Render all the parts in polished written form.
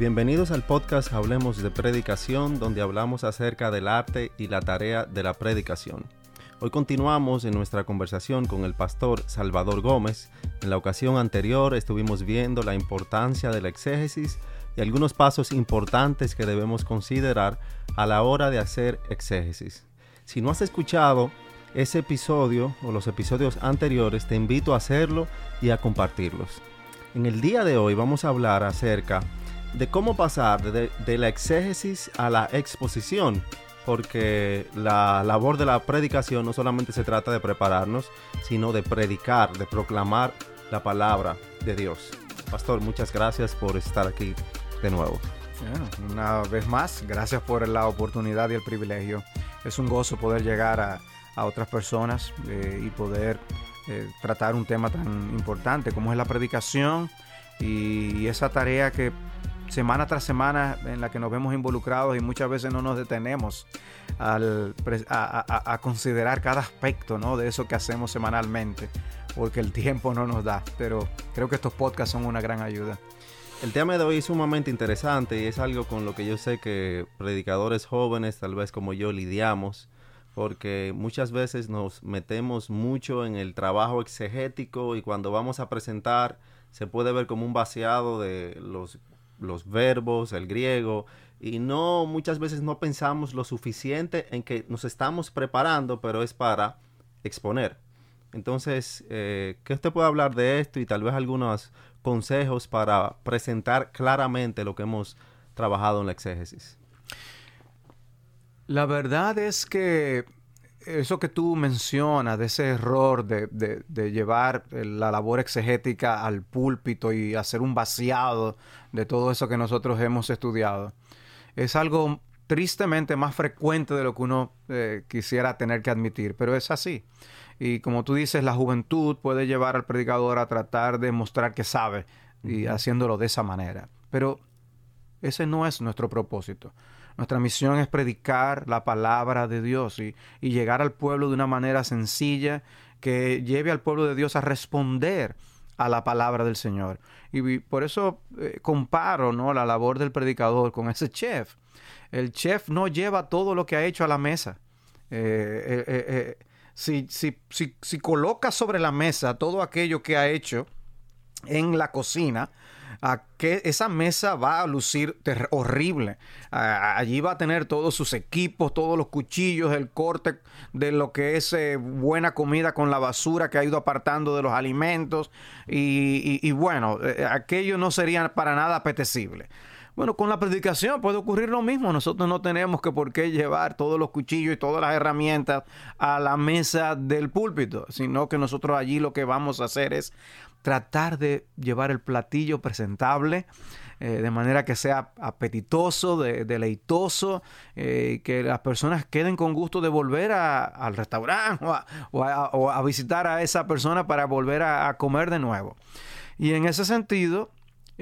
Bienvenidos al podcast Hablemos de Predicación, donde hablamos acerca del arte y la tarea de la predicación. Hoy continuamos en nuestra conversación con el pastor Salvador Gómez. En la ocasión anterior estuvimos viendo la importancia de la exégesis y algunos pasos importantes que debemos considerar a la hora de hacer exégesis. Si no has escuchado ese episodio o los episodios anteriores, te invito a hacerlo y a compartirlos. En el día de hoy vamos a hablar acerca de cómo pasar de la exégesis a la exposición, porque la labor de la predicación no solamente se trata de prepararnos, sino de predicar, de proclamar la palabra de Dios. Pastor, muchas gracias por estar aquí de nuevo. Bueno, una vez más, gracias por la oportunidad y el privilegio. Es un gozo poder llegar a otras personas y poder tratar un tema tan importante como es la predicación y esa tarea que semana tras semana en la que nos vemos involucrados y muchas veces no nos detenemos a considerar cada aspecto, ¿no?, de eso que hacemos semanalmente, porque el tiempo no nos da. Pero creo que estos podcasts son una gran ayuda. El tema de hoy es sumamente interesante y es algo con lo que yo sé que predicadores jóvenes, tal vez como yo, lidiamos, porque muchas veces nos metemos mucho en el trabajo exegético y cuando vamos a presentar se puede ver como un vaciado de los verbos, el griego, y muchas veces no pensamos lo suficiente en que nos estamos preparando, pero es para exponer. Entonces, ¿qué usted puede hablar de esto y tal vez algunos consejos para presentar claramente lo que hemos trabajado en la exégesis? La verdad es que eso que tú mencionas, de ese error de llevar la labor exegética al púlpito y hacer un vaciado de todo eso que nosotros hemos estudiado, es algo tristemente más frecuente de lo que uno quisiera tener que admitir, pero es así. Y como tú dices, la juventud puede llevar al predicador a tratar de mostrar que sabe y haciéndolo de esa manera. Pero ese no es nuestro propósito. Nuestra misión es predicar la palabra de Dios y llegar al pueblo de una manera sencilla que lleve al pueblo de Dios a responder a la palabra del Señor. Y por eso comparo, ¿no?, la labor del predicador con ese chef. El chef no lleva todo lo que ha hecho a la mesa. Si coloca sobre la mesa todo aquello que ha hecho en la cocina, esa mesa va a lucir horrible. Allí va a tener todos sus equipos, todos los cuchillos, el corte de lo que es buena comida con la basura que ha ido apartando de los alimentos. Y bueno, aquello no sería para nada apetecible. Bueno, con la predicación puede ocurrir lo mismo. Nosotros no tenemos que por qué llevar todos los cuchillos y todas las herramientas a la mesa del púlpito, sino que nosotros allí lo que vamos a hacer es tratar de llevar el platillo presentable de manera que sea apetitoso, deleitoso, que las personas queden con gusto de volver al restaurante o a visitar a esa persona para volver a comer de nuevo. Y en ese sentido,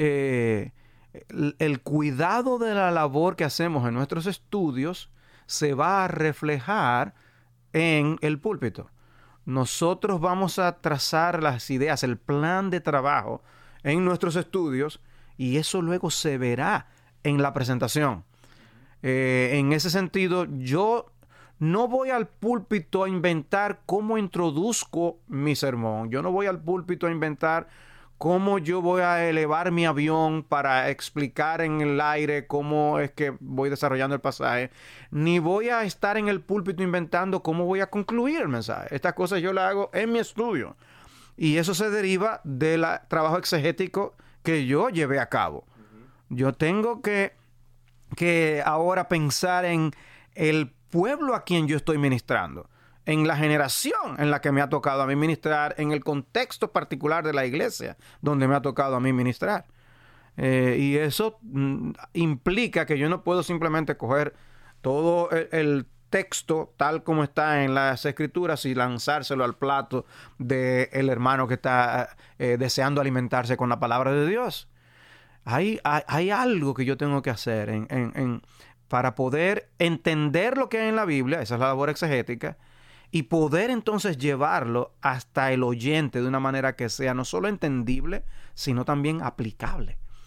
el cuidado de la labor que hacemos en nuestros estudios se va a reflejar en el púlpito. Nosotros vamos a trazar las ideas, el plan de trabajo en nuestros estudios y eso luego se verá en la presentación. En ese sentido, yo no voy al púlpito a inventar cómo introduzco mi sermón. Yo no voy al púlpito a inventar cómo yo voy a elevar mi avión para explicar en el aire cómo es que voy desarrollando el pasaje, ni voy a estar en el púlpito inventando cómo voy a concluir el mensaje. Estas cosas yo las hago en mi estudio. Y eso se deriva del trabajo exegético que yo llevé a cabo. Yo tengo que ahora pensar en el pueblo a quien yo estoy ministrando, en la generación en la que me ha tocado a mí ministrar, en el contexto particular de la iglesia donde me ha tocado a mí ministrar. Y eso implica que yo no puedo simplemente coger todo el texto tal como está en las escrituras y lanzárselo al plato del hermano que está deseando alimentarse con la palabra de Dios. Hay algo que yo tengo que hacer para poder entender lo que hay en la Biblia, esa es la labor exegética, y poder entonces llevarlo hasta el oyente de una manera que sea no solo entendible, sino también aplicable.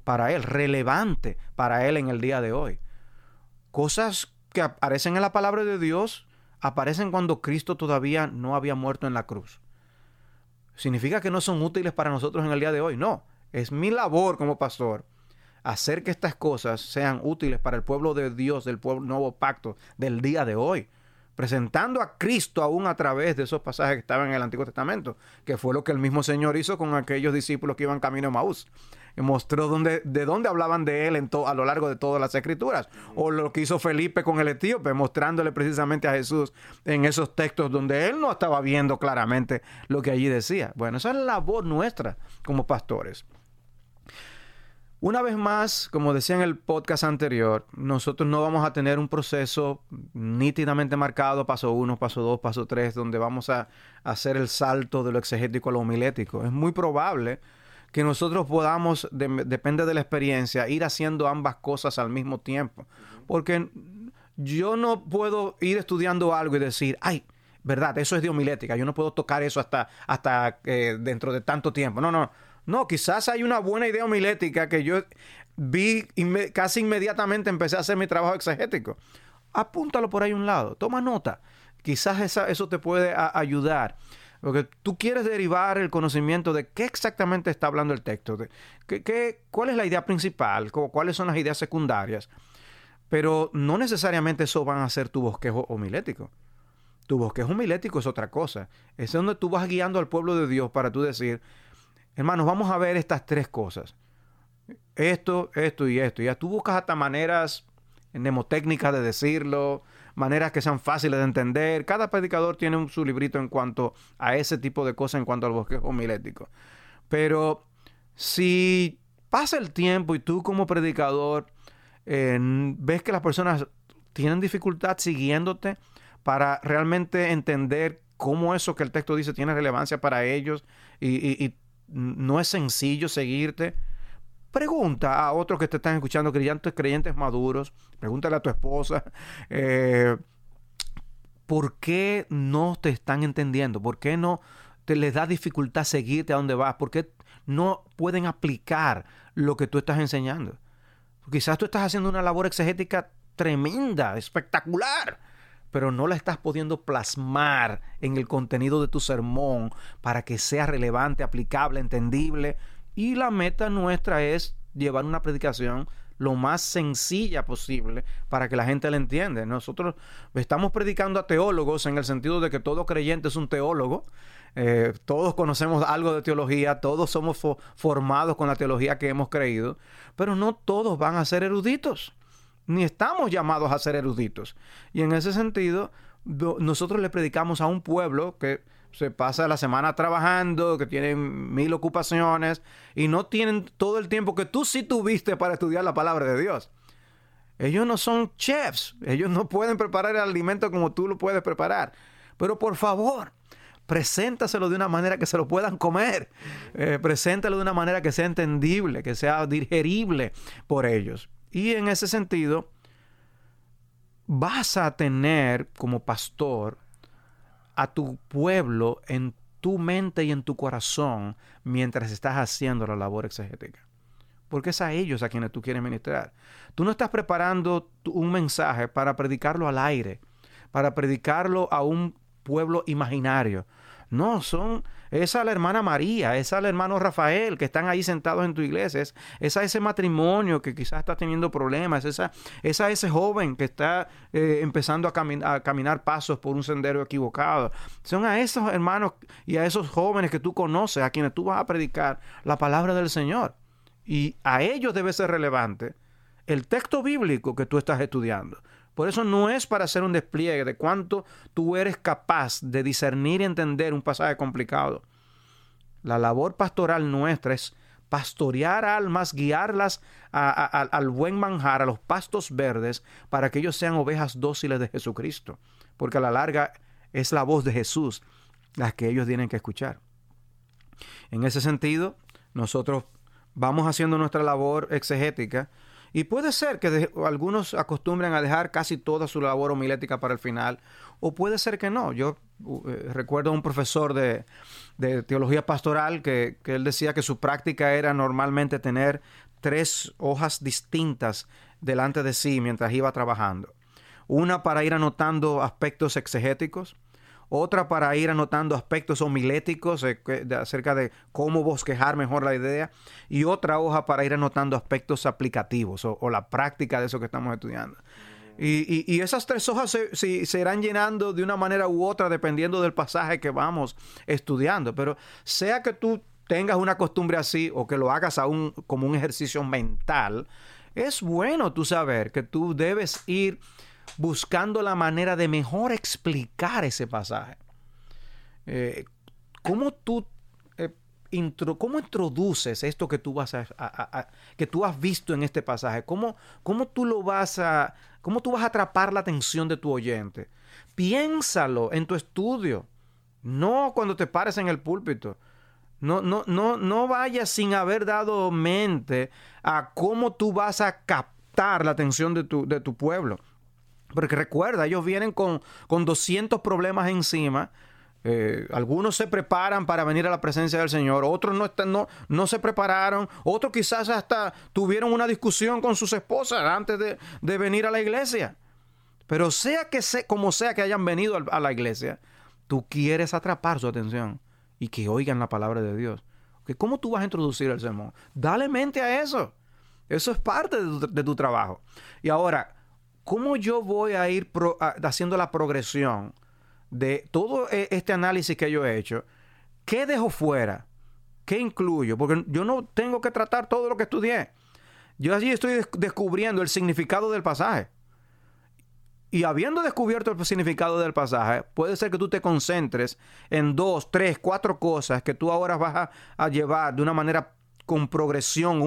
para él, relevante para él en el día de hoy. Cosas que aparecen en la palabra de Dios aparecen cuando Cristo todavía no había muerto en la cruz. ¿Significa que no son útiles para nosotros en el día de hoy? No, es mi labor como pastor hacer que estas cosas sean útiles para el pueblo de Dios, del pueblo nuevo pacto del día de hoy, presentando a Cristo aún a través de esos pasajes que estaban en el Antiguo Testamento, que fue lo que el mismo Señor hizo con aquellos discípulos que iban camino a Maús. Y mostró de dónde hablaban de él a lo largo de todas las Escrituras. O lo que hizo Felipe con el etíope, mostrándole precisamente a Jesús en esos textos donde él no estaba viendo claramente lo que allí decía. Bueno, esa es la labor nuestra como pastores. Una vez más, como decía en el podcast anterior, nosotros no vamos a tener un proceso nítidamente marcado, paso 1, paso 2, paso 3, donde vamos a hacer el salto de lo exegético a lo homilético. Es muy probable que nosotros podamos, depende de la experiencia, ir haciendo ambas cosas al mismo tiempo. Porque yo no puedo ir estudiando algo y decir, ay, verdad, eso es de homilética, yo no puedo tocar eso hasta dentro de tanto tiempo. No, quizás hay una buena idea homilética que yo vi y casi inmediatamente empecé a hacer mi trabajo exegético. Apúntalo por ahí a un lado, toma nota. Quizás eso te puede ayudar. Porque tú quieres derivar el conocimiento de qué exactamente está hablando el texto, cuál es la idea principal, cuáles son las ideas secundarias. Pero no necesariamente eso van a ser tu bosquejo homilético. Tu bosquejo homilético es otra cosa. Es donde tú vas guiando al pueblo de Dios para tú decir, hermanos, vamos a ver estas tres cosas. Esto y esto. Ya tú buscas hasta maneras mnemotécnicas de decirlo, maneras que sean fáciles de entender. Cada predicador tiene su librito en cuanto a ese tipo de cosas, en cuanto al bosquejo homilético. Pero si pasa el tiempo y tú como predicador ves que las personas tienen dificultad siguiéndote para realmente entender cómo eso que el texto dice tiene relevancia para ellos y no es sencillo seguirte, pregunta a otros que te están escuchando, creyentes maduros, pregúntale a tu esposa, ¿por qué no te están entendiendo? ¿Por qué no les da dificultad seguirte a dónde vas? ¿Por qué no pueden aplicar lo que tú estás enseñando? Quizás tú estás haciendo una labor exegética tremenda, espectacular, pero no la estás pudiendo plasmar en el contenido de tu sermón para que sea relevante, aplicable, entendible. Y la meta nuestra es llevar una predicación lo más sencilla posible para que la gente la entienda. Nosotros estamos predicando a teólogos en el sentido de que todo creyente es un teólogo. Todos conocemos algo de teología, todos somos formados con la teología que hemos creído, pero no todos van a ser eruditos, ni estamos llamados a ser eruditos. Y en ese sentido, nosotros le predicamos a un pueblo que se pasa la semana trabajando, que tienen 1000 ocupaciones y no tienen todo el tiempo que tú sí tuviste para estudiar la palabra de Dios. Ellos no son chefs, ellos no pueden preparar el alimento como tú lo puedes preparar. Pero por favor, preséntaselo de una manera que se lo puedan comer. Preséntalo de una manera que sea entendible, que sea digerible por ellos. Y en ese sentido, vas a tener como pastor a tu pueblo en tu mente y en tu corazón mientras estás haciendo la labor exegética. Porque es a ellos a quienes tú quieres ministrar. Tú no estás preparando un mensaje para predicarlo al aire, para predicarlo a un pueblo imaginario. No, es a la hermana María, es al hermano Rafael que están ahí sentados en tu iglesia, es a ese matrimonio que quizás está teniendo problemas, es a ese joven que está empezando a caminar pasos por un sendero equivocado. Son a esos hermanos y a esos jóvenes que tú conoces, a quienes tú vas a predicar la palabra del Señor. Y a ellos debe ser relevante el texto bíblico que tú estás estudiando. Por eso no es para hacer un despliegue de cuánto tú eres capaz de discernir y entender un pasaje complicado. La labor pastoral nuestra es pastorear almas, guiarlas al buen manjar, a los pastos verdes, para que ellos sean ovejas dóciles de Jesucristo. Porque a la larga es la voz de Jesús la que ellos tienen que escuchar. En ese sentido, nosotros vamos haciendo nuestra labor exegética. Y puede ser que algunos acostumbren a dejar casi toda su labor homilética para el final, o puede ser que no. Yo recuerdo a un profesor de teología pastoral que él decía que su práctica era normalmente tener 3 hojas distintas delante de sí mientras iba trabajando. Una para ir anotando aspectos exegéticos, otra para ir anotando aspectos homiléticos acerca de cómo bosquejar mejor la idea, y otra hoja para ir anotando aspectos aplicativos o la práctica de eso que estamos estudiando. Y esas 3 hojas se irán llenando de una manera u otra dependiendo del pasaje que vamos estudiando. Pero sea que tú tengas una costumbre así o que lo hagas aún como un ejercicio mental, es bueno tú saber que tú debes ir buscando la manera de mejor explicar ese pasaje. ¿Cómo introduces esto que tú vas que tú has visto en este pasaje? ¿Cómo tú vas a atrapar la atención de tu oyente? Piénsalo en tu estudio, no cuando te pares en el púlpito. No vayas sin haber dado mente a cómo tú vas a captar la atención de tu pueblo. Porque recuerda, ellos vienen con 200 problemas encima. Algunos se preparan para venir a la presencia del Señor, otros no se prepararon, otros quizás hasta tuvieron una discusión con sus esposas antes de venir a la iglesia. Pero como sea que hayan venido a la iglesia, tú quieres atrapar su atención y que oigan la palabra de Dios. ¿Cómo tú vas a introducir el sermón? Dale mente a eso. Eso es parte de tu trabajo. Y ahora, ¿cómo yo voy a ir haciendo la progresión de todo este análisis que yo he hecho? ¿Qué dejo fuera? ¿Qué incluyo? Porque yo no tengo que tratar todo lo que estudié. Yo allí estoy descubriendo el significado del pasaje. Y habiendo descubierto el significado del pasaje, puede ser que tú te concentres en 2, 3, 4 cosas que tú ahora vas a llevar de una manera con progresión,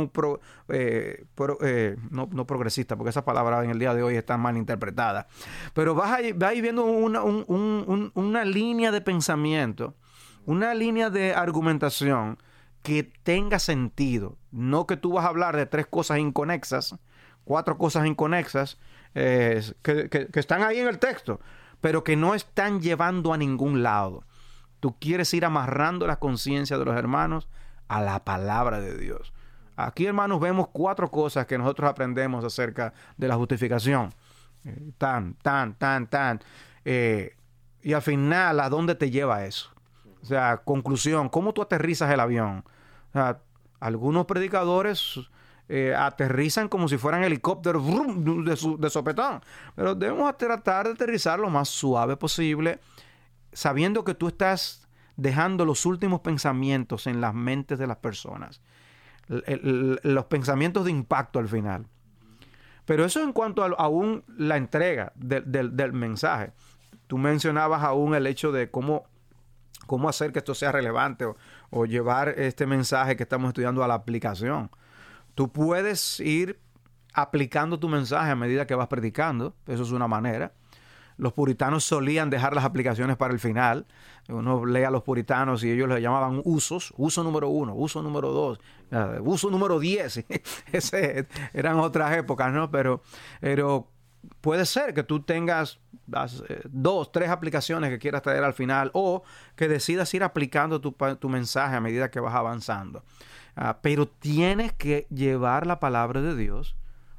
no progresista, porque esa palabra en el día de hoy está mal interpretada, pero vas a ir viendo una línea de pensamiento, una línea de argumentación que tenga sentido, no que tú vas a hablar de 3 cosas inconexas, 4 cosas inconexas, que están ahí en el texto, pero que no están llevando a ningún lado. Tú quieres ir amarrando la conciencia de los hermanos a la palabra de Dios. Aquí, hermanos, vemos 4 cosas que nosotros aprendemos acerca de la justificación. Y al final, ¿a dónde te lleva eso? O sea, conclusión, ¿cómo tú aterrizas el avión? O sea, algunos predicadores aterrizan como si fueran helicópteros de sopetón. Pero debemos tratar de aterrizar lo más suave posible, sabiendo que tú estás dejando los últimos pensamientos en las mentes de las personas. Los pensamientos de impacto al final. Pero eso en cuanto a aún la entrega del mensaje. Tú mencionabas aún el hecho de cómo hacer que esto sea relevante o llevar este mensaje que estamos estudiando a la aplicación. Tú puedes ir aplicando tu mensaje a medida que vas predicando. Eso es una manera. Los puritanos solían dejar las aplicaciones para el final. Uno lee a los puritanos y ellos le llamaban usos. Uso número 1, uso número 2, uso número 10. Eran otras épocas, ¿no? Pero puede ser que tú tengas 2, 3 aplicaciones que quieras traer al final, o que decidas ir aplicando tu mensaje a medida que vas avanzando. Pero tienes que llevar la palabra de Dios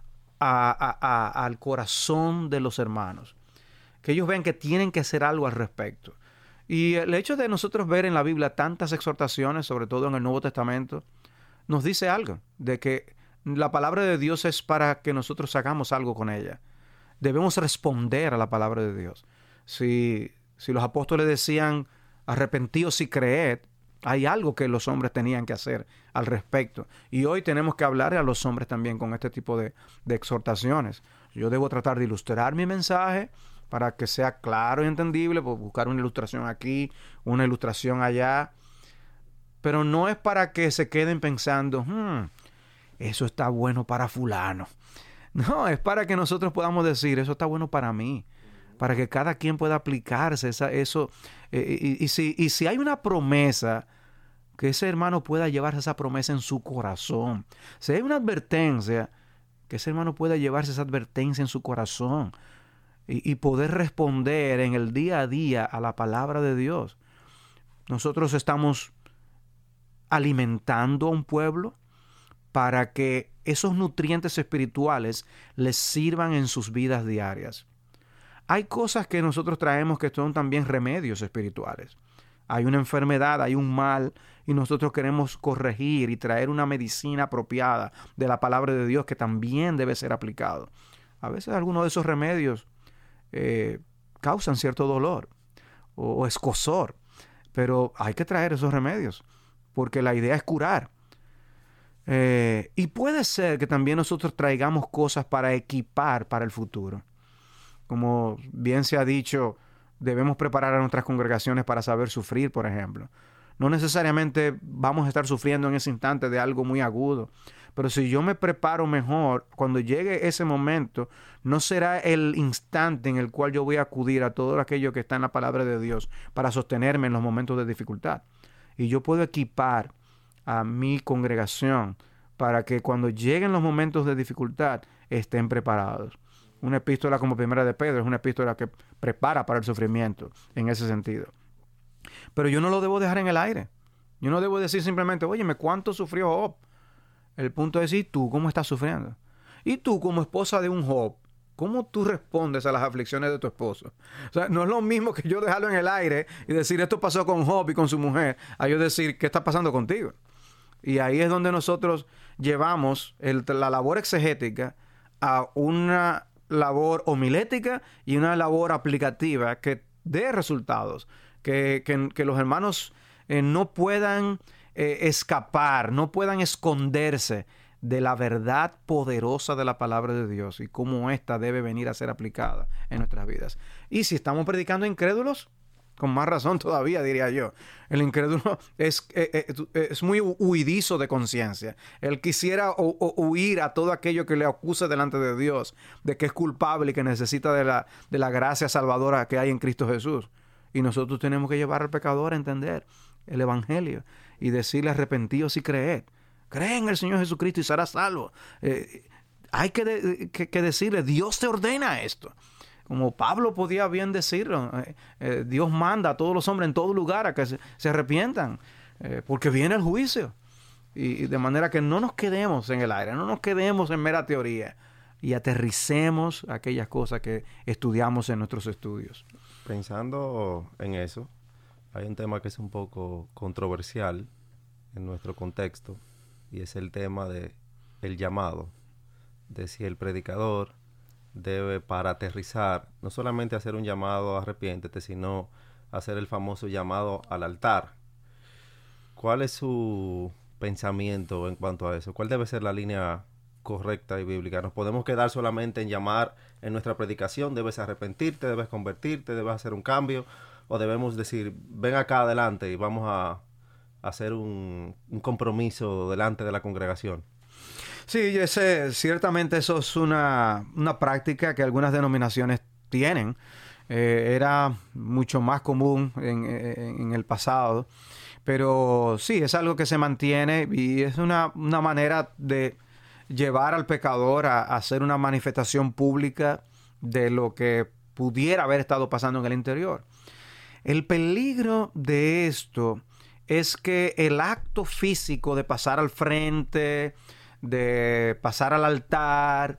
al corazón de los hermanos. Que ellos vean que tienen que hacer algo al respecto. Y el hecho de nosotros ver en la Biblia tantas exhortaciones, sobre todo en el Nuevo Testamento, nos dice algo, de que la palabra de Dios es para que nosotros hagamos algo con ella. Debemos responder a la palabra de Dios. Si los apóstoles decían, arrepentíos y creed, hay algo que los hombres tenían que hacer al respecto. Y hoy tenemos que hablar a los hombres también con este tipo de exhortaciones. Yo debo tratar de ilustrar mi mensaje para que sea claro y entendible, pues buscar una ilustración aquí, una ilustración allá. Pero no es para que se queden pensando, eso está bueno para fulano. No, es para que nosotros podamos decir, eso está bueno para mí. Para que cada quien pueda aplicarse eso. Y si hay una promesa, que ese hermano pueda llevarse esa promesa en su corazón. Si hay una advertencia, que ese hermano pueda llevarse esa advertencia en su corazón. Y poder responder en el día a día a la palabra de Dios. Nosotros estamos alimentando a un pueblo para que esos nutrientes espirituales les sirvan en sus vidas diarias. Hay cosas que nosotros traemos que son también remedios espirituales. Hay una enfermedad, hay un mal, y nosotros queremos corregir y traer una medicina apropiada de la palabra de Dios que también debe ser aplicado. A veces algunos de esos remedios causan cierto dolor o escozor, pero hay que traer esos remedios porque la idea es curar. Y puede ser que también nosotros traigamos cosas para equipar para el futuro. Como bien se ha dicho, debemos preparar a nuestras congregaciones para saber sufrir, por ejemplo. No necesariamente vamos a estar sufriendo en ese instante de algo muy agudo, pero si yo me preparo mejor, cuando llegue ese momento, no será el instante en el cual yo voy a acudir a todo aquello que está en la palabra de Dios para sostenerme en los momentos de dificultad. Y yo puedo equipar a mi congregación para que cuando lleguen los momentos de dificultad estén preparados. Una epístola como Primera de Pedro es una epístola que prepara para el sufrimiento en ese sentido. Pero yo no lo debo dejar en el aire. Yo no debo decir simplemente, óyeme, ¿cuánto sufrió Job? El punto es, ¿y tú cómo estás sufriendo? Y tú como esposa de un Job, ¿cómo tú respondes a las aflicciones de tu esposo? O sea, no es lo mismo que yo dejarlo en el aire y decir, esto pasó con Job y con su mujer, a yo decir, ¿qué está pasando contigo? Y ahí es donde nosotros llevamos la labor exegética a una labor homilética y una labor aplicativa que dé resultados, que los hermanos no puedan escapar, no puedan esconderse de la verdad poderosa de la palabra de Dios y cómo ésta debe venir a ser aplicada en nuestras vidas. Y si estamos predicando a incrédulos, con más razón todavía, diría yo. El incrédulo es muy huidizo de conciencia. Él quisiera huir a todo aquello que le acuse delante de Dios, de que es culpable y que necesita de la gracia salvadora que hay en Cristo Jesús. Y nosotros tenemos que llevar al pecador a entender el Evangelio y decirle arrepentidos y creed. Cree en el Señor Jesucristo y serás salvo. Hay que decirle, Dios te ordena esto. Como Pablo podía bien decirlo, Dios manda a todos los hombres en todo lugar a que se arrepientan, porque viene el juicio. Y de manera que no nos quedemos en el aire, no nos quedemos en mera teoría y aterricemos aquellas cosas que estudiamos en nuestros estudios. Pensando en eso, hay un tema que es un poco controversial en nuestro contexto y es el tema de el llamado, de si el predicador debe, para aterrizar, no solamente hacer un llamado a arrepiéntete, sino hacer el famoso llamado al altar. ¿Cuál es su pensamiento en cuanto a eso? ¿Cuál debe ser la línea correcta y bíblica? ¿Nos podemos quedar solamente en llamar en nuestra predicación? ¿Debes arrepentirte? ¿Debes convertirte? ¿Debes hacer un cambio? ¿O debemos decir, ven acá adelante y vamos a hacer un compromiso delante de la congregación? Sí, ciertamente eso es una práctica que algunas denominaciones tienen. Era mucho más común en el pasado, pero sí, es algo que se mantiene y es una manera de llevar al pecador a hacer una manifestación pública de lo que pudiera haber estado pasando en el interior. El peligro de esto es que el acto físico de pasar al frente, de pasar al altar,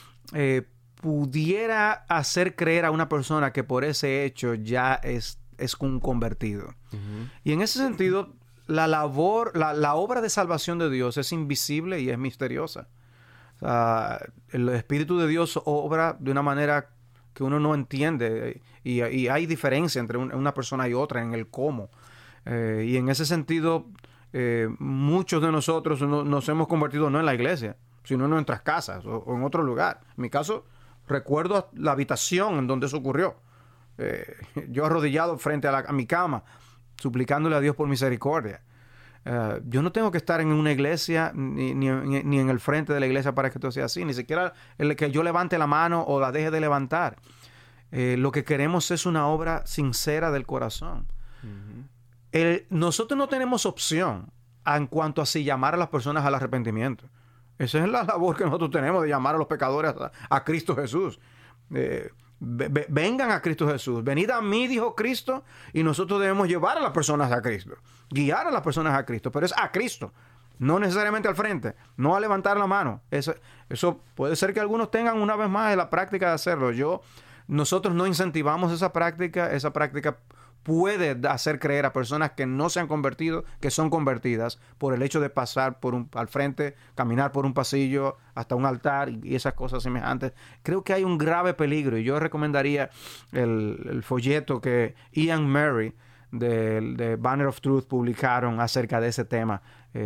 pudiera hacer creer a una persona que por ese hecho ya es un convertido. Uh-huh. Y en ese sentido, la obra de salvación de Dios es invisible y es misteriosa. O sea, el Espíritu de Dios obra de una manera que uno no entiende y hay diferencia entre una persona y otra en el cómo. Y en ese sentido, muchos de nosotros nos hemos convertido no en la iglesia, sino en nuestras casas o en otro lugar. En mi caso, recuerdo la habitación en donde eso ocurrió. Yo arrodillado frente a mi cama, suplicándole a Dios por misericordia. Yo no tengo que estar en una iglesia ni en el frente de la iglesia para que esto sea así, ni siquiera el que yo levante la mano o la deje de levantar. Lo que queremos es una obra sincera del corazón. Uh-huh. Nosotros no tenemos opción en cuanto a si llamar a las personas al arrepentimiento. Esa es la labor que nosotros tenemos, de llamar a los pecadores a Cristo Jesús. Vengan a Cristo Jesús. Venid a mí, dijo Cristo, y nosotros debemos llevar a las personas a Cristo, guiar a las personas a Cristo, pero es a Cristo. No necesariamente al frente, no a levantar la mano. Eso puede ser que algunos tengan una vez más la práctica de hacerlo. Nosotros no incentivamos esa práctica puede hacer creer a personas que no se han convertido, que son convertidas, por el hecho de pasar al frente, caminar por un pasillo hasta un altar y esas cosas semejantes. Creo que hay un grave peligro, y yo recomendaría el folleto que Ian Murray de Banner of Truth publicaron acerca de ese tema,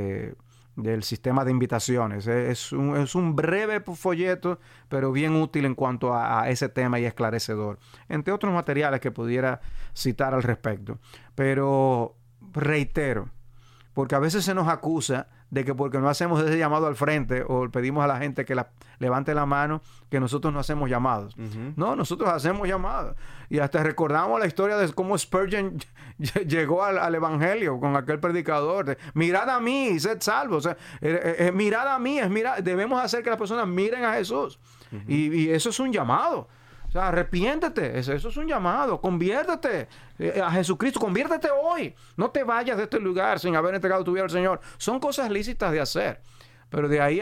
del sistema de invitaciones. Es un breve folleto, pero bien útil en cuanto a ese tema y esclarecedor, entre otros materiales que pudiera citar al respecto. Pero reitero, porque a veces se nos acusa de que porque no hacemos ese llamado al frente o pedimos a la gente que levante la mano, que nosotros no hacemos llamados. No, nosotros hacemos llamados. Y hasta recordamos la historia de cómo Spurgeon llegó al evangelio con aquel predicador. Mirad a mí y sed salvos. O sea, mirad a mí, debemos hacer que las personas miren a Jesús. Y eso es un llamado. O sea, arrepiéntete, eso es un llamado, conviértete a Jesucristo, conviértete hoy. No te vayas de este lugar sin haber entregado tu vida al Señor. Son cosas lícitas de hacer, pero de ahí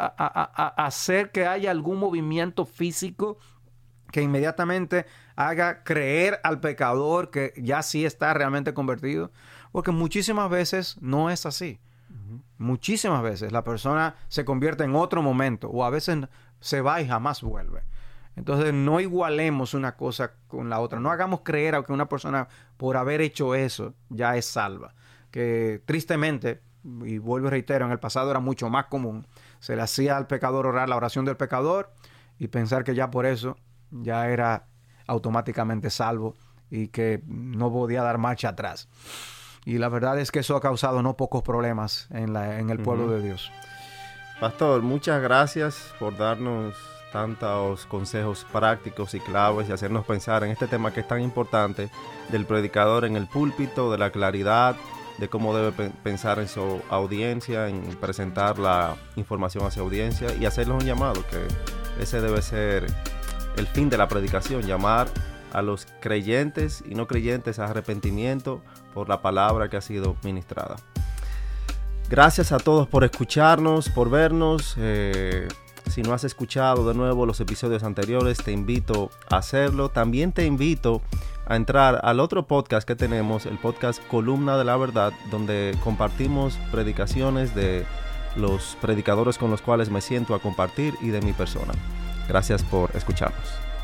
a hacer que haya algún movimiento físico que inmediatamente haga creer al pecador que ya sí está realmente convertido, porque muchísimas veces no es así. Muchísimas veces la persona se convierte en otro momento, o a veces se va y jamás vuelve. Entonces no igualemos una cosa con la otra. No hagamos creer a que una persona por haber hecho eso ya es salva. Que tristemente, y vuelvo y reitero, en el pasado era mucho más común. Se le hacía al pecador orar la oración del pecador y pensar que ya por eso ya era automáticamente salvo y que no podía dar marcha atrás. Y la verdad es que eso ha causado no pocos problemas en el pueblo de Dios. Pastor, muchas gracias por darnos tantos consejos prácticos y claves y hacernos pensar en este tema que es tan importante del predicador en el púlpito, de la claridad, de cómo debe pensar en su audiencia, en presentar la información a su audiencia y hacerles un llamado, que ese debe ser el fin de la predicación, llamar a los creyentes y no creyentes a arrepentimiento por la palabra que ha sido ministrada. Gracias a todos por escucharnos, por vernos. Si no has escuchado de nuevo los episodios anteriores, te invito a hacerlo. También te invito a entrar al otro podcast que tenemos, el podcast Columna de la Verdad, donde compartimos predicaciones de los predicadores con los cuales me siento a compartir y de mi persona. Gracias por escucharnos.